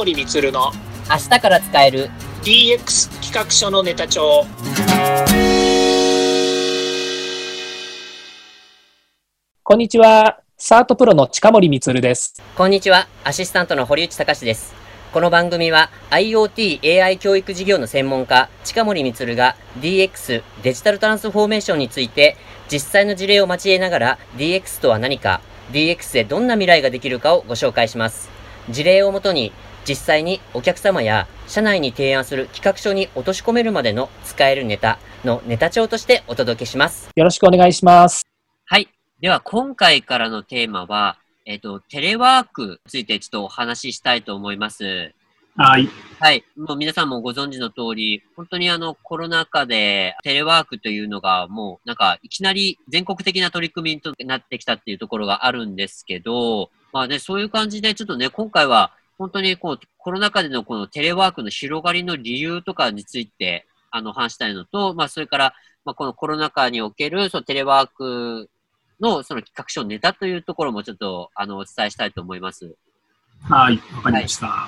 森充の明日から使える DX 企画書のネタ帳。こんにちは、サートプロの近森充です。 こんにちは、アシスタントの堀内隆です。この番組は IoT、AI 教育事業の専門家、近森充が DX、デジタルトランスフォーメーションについて実際の事例を交えながら DX とは何か、DX でどんな未来ができるかをご紹介します。事例をもとに実際にお客様や社内に提案する企画書に落とし込めるまでの使えるネタのネタ帳としてお届けします。 よろしくお願いします。 はい。では今回からのテーマは、テレワークについてちょっとお話ししたいと思います。 はい。 はい。もう皆さんもご存知の通り、本当にコロナ禍でテレワークというのがもうなんかいきなり全国的な取り組みとなってきたっていうところがあるんですけど、まあね、そういう感じでちょっとね、今回は本当にこうコロナ禍でのこのテレワークの広がりの理由とかについて話したいのと、まあそれからこのコロナ禍におけるそのテレワークのその企画書ネタというところもちょっとお伝えしたいと思います。 はい、わかりました。はい、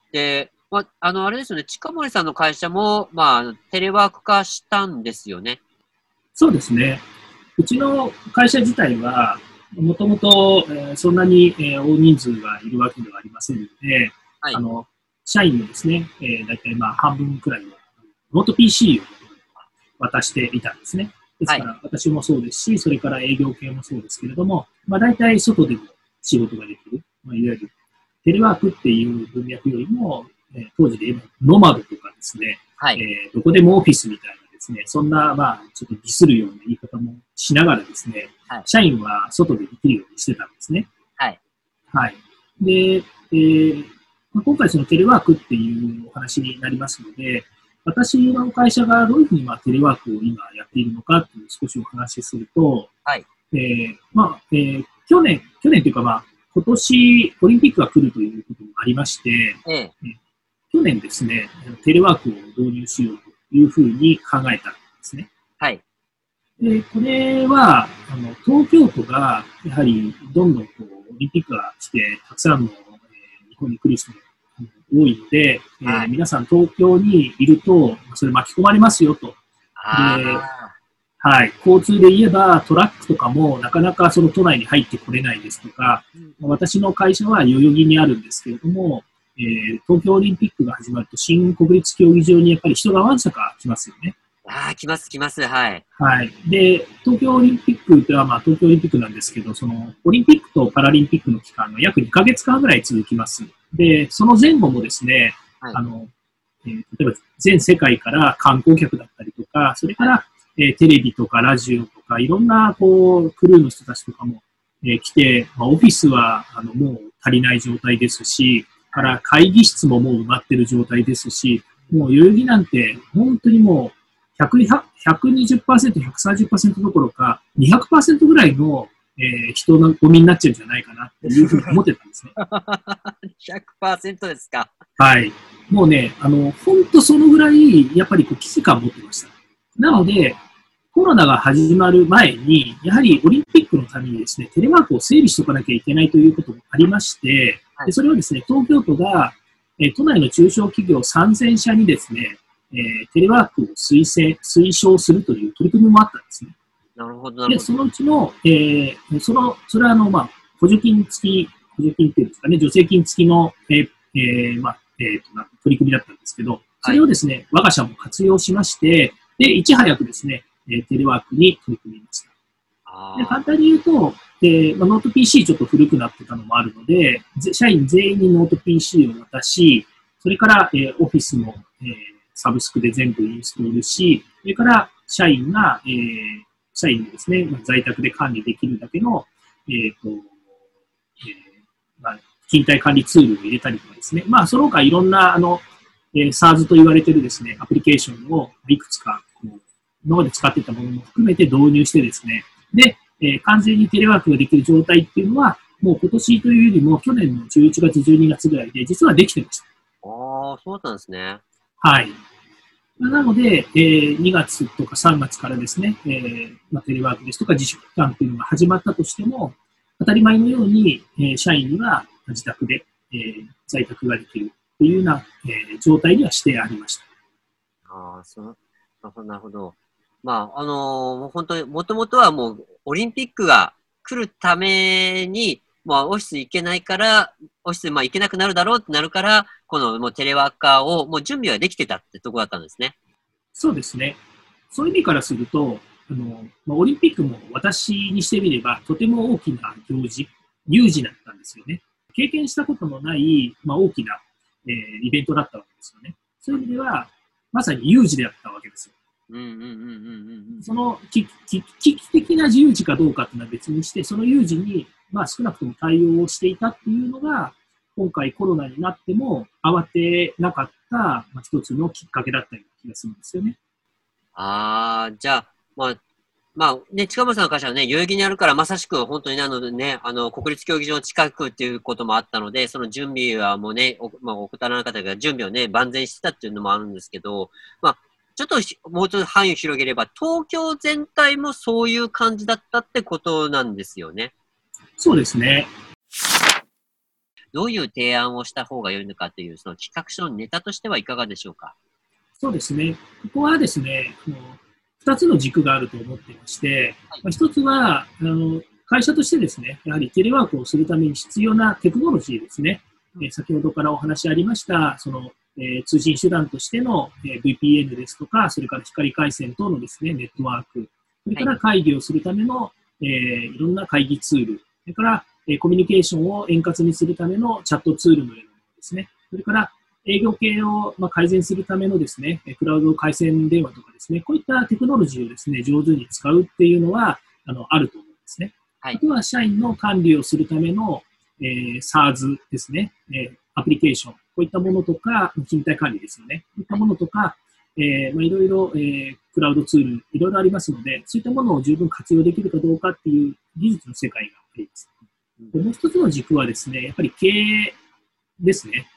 で、あれですよね、近森さんの会社も、テレワーク化したんですよね。 そうですね。うちの会社自体は、もともとそんなに大人数がいるわけではありませんので、 はい、 社員のですね、大体半分くらいのノート PC を渡していたんですね。ですから、私もそうですし、それから営業系もそうですけれども、大体外でも仕事ができる。いわゆるテレワークっていう文脈よりも、当時で言えばノマドとかですね、 はい、 どこでもオフィスみたいなですね、そんな、ちょっとディスるような言い方もしながらですね、 はい、 社員は外でできるようにしてたんですね。 はい。 はい。で、今回そのテレワークっていうお話になりますので、私の会社がどういうふうにテレワークを今やっているのかっていうのを少しお話しすると、 はい。 去年というか今年オリンピックが来るということもありまして、去年ですね、テレワークを導入しようというふうに考えたんですね。 はい。 で、これは、東京都が、やはり、どんどんオリンピックが来て、たくさんの、日本に来る人が多いので、皆さん東京にいると、それ巻き込まれますよと。で、はい。交通で言えば、トラックとかもなかなかその都内に入ってこれないですとか、私の会社は代々木にあるんですけれども、東京オリンピックが始まると、新国立競技場にやっぱり人がわんさか来ますよね。 来ます。はい。 はい。で、東京オリンピックでは、東京オリンピックなんですけど、その、オリンピックとパラリンピックの期間が約2ヶ月間ぐらい続きます。で、その前後もですね、例えば全世界から観光客だったりとか、それから、テレビとかラジオとか、いろんな、クルーの人たちとかも、来て、オフィスは、もう足りない状態ですし、から会議室ももう埋まってる状態ですし、もう代々木なんて、本当にもう120%、130% どころか、200% ぐらいの、人のゴミになっちゃうんじゃないかなっていうふうに思ってたんですね。 100% ですか。 はい。もうね、本当そのぐらい、やっぱり危機感を持ってました。なので、コロナが始まる前に、やはりオリンピックのためにですね、テレワークを整備しておかなきゃいけないということもありまして、でそれはですね、東京都が、都内の中小企業3000社にですね、テレワークを推奨するという取り組みもあったんですね。 なるほど。 で、そのうちの、それは補助金っていうんですかね、助成金付きの、取り組みだったんですけど、それをですね、我が社も活用しまして、で、いち早くですね、テレワークに取り組みました。で簡単に言うと、ノート PC ちょっと古くなってたのもあるので、社員全員にノート PC を渡し、それから、オフィスも、サブスクで全部インストールし、それから社員が、社員のですね、在宅で管理できるだけの、勤怠管理ツールを入れたりとかですね、その他いろんな、SaaS と言われているですね、アプリケーションをいくつか、今まで使っていたものも含めて導入してですね、で、完全にテレワークができる状態っていうのは、もう今年というよりも去年の11月、12月ぐらいで実はできてました。 そうなんですね。 はい。なので、2月とか3月からですね、テレワークですとか自粛期間というのが始まったとしても、当たり前のように、社員には自宅で、 在宅ができるというような、状態にはしてありました。 ああ、なるほど。本当に、もともとはもう、オリンピックが来るために、オフィス行けないから、オフィス行けなくなるだろうってなるから、このもうテレワーカーをもう準備はできてたってところだったんですね。 そうですね。そういう意味からすると、オリンピックも私にしてみれば、とても大きな行事、有事だったんですよね。経験したことのない、大きな、イベントだったわけですよね。そういう意味では、まさに有事であったわけですよ。その危機的な有事かどうかというのは別にして、その有事に、少なくとも対応をしていたっていうのが、今回コロナになっても慌てなかった、一つのきっかけだったような気がするんですよね。 じゃあ、近本さんの会社はね、代々木にあるから、まさしく本当に国立競技場近くっていうこともあったので、その準備はもうね、怠らなかったが、準備をね、万全してたっていうのもあるんですけど、ちょっともうちょっと範囲を広げれば、東京全体もそういう感じだったってことなんですよね。 そうですね。 どういう提案をした方が良いのかという、その企画書のネタとしてはいかがでしょうか。 そうですね。ここはですね、2つの軸があると思っていまして、1つは、会社としてですね、やはりテレワークをするために必要なテクノロジーですね。先ほどからお話ありました、通信手段としての VPN ですとか、それから光回線等のですね、ネットワーク、それから会議をするための、いろんな会議ツール、それからコミュニケーションを円滑にするためのチャットツールのようなものですね。それから営業系を改善するためのですね、クラウド回線電話とかですね、こういったテクノロジーをですね、上手に使うっていうのは、あると思うんですね。あとは社員の管理をするための、SaaS ですね、アプリケーション、こういったものとか、勤怠管理ですよね。こういったものとか、いろいろ、クラウドツール、いろいろありますので、そういったものを十分活用できるかどうかっていう技術の世界があります。でもう一つの軸はですね、やっぱり経営ですね。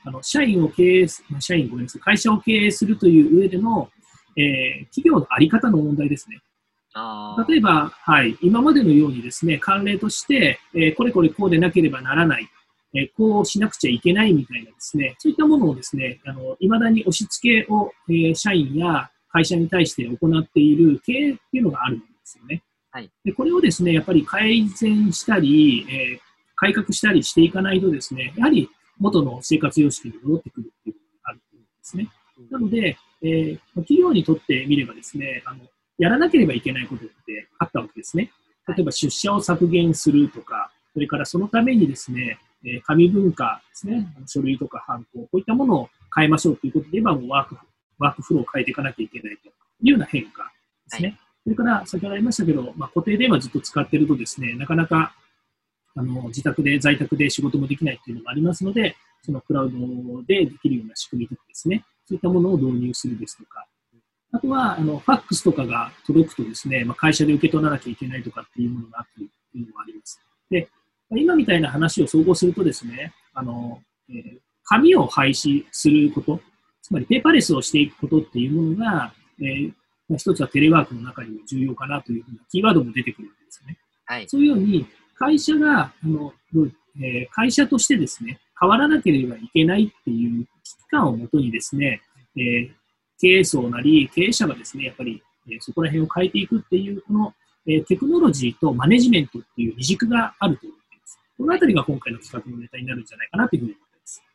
会社を経営するという上での、企業のあり方の問題ですね。例えば、今までのようにですね、慣例として、これこうでなければならない、こうしなくちゃいけないみたいなですね、そういったものをですね、未だに押し付けを、社員や会社に対して行っている経営っていうのがあるんですよね。でこれをですね、やっぱり改善したり、改革したりしていかないとですね、やはり元の生活様式に戻ってくるっていうのがあると思うんですね。なので、企業にとってみればですね、やらなければいけないことってあったわけですね。例えば出社を削減するとか、それからそのためにですね、紙文化ですね、書類とかハンコ、こういったものを変えましょうということで言えば、もうワークフローを変えていかなきゃいけないというような変化ですね。それから先ほどありましたけど、固定電話ずっと使っているとですね、なかなか在宅で仕事もできないっていうのがありますので、そのクラウドでできるような仕組みとかですね、そういったものを導入するですとか、あとは、ファックスとかが届くとですね、会社で受け取らなきゃいけないとかっていうものがあっていうのがあります。で、今みたいな話を総合するとですね、紙を廃止すること、つまりペーパーレスをしていくことっていうものが、一つはテレワークの中にも重要かなというふうなキーワードも出てくるんですよね。そういうように、会社が、会社としてですね、変わらなければいけないっていう危機感をもとにですね、経営層なり経営者がですね、やっぱり、そこら辺を変えていくっていう、この、テクノロジーとマネジメントっていう二軸があると思っています。このあたりが今回の企画のネタになるんじゃないかなというふうに思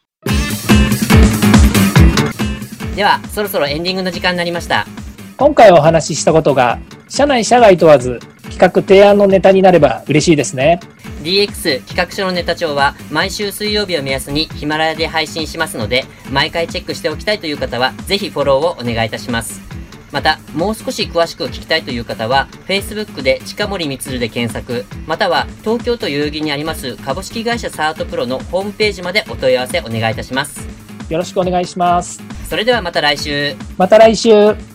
っています。 では、そろそろエンディングの時間になりました。 今回お話ししたことが、社内社外問わず、企画提案のネタになれば嬉しいですね。 DX 企画書のネタ帳は毎週水曜日を目安にヒマラヤで配信しますので、毎回チェックしておきたいという方はぜひフォローをお願いいたします。また、もう少し詳しく聞きたいという方は Facebook で近森光で検索、または東京都代々木にあります株式会社サートプロのホームページまでお問い合わせお願いいたします。 よろしくお願いします。 それではまた来週。 また来週。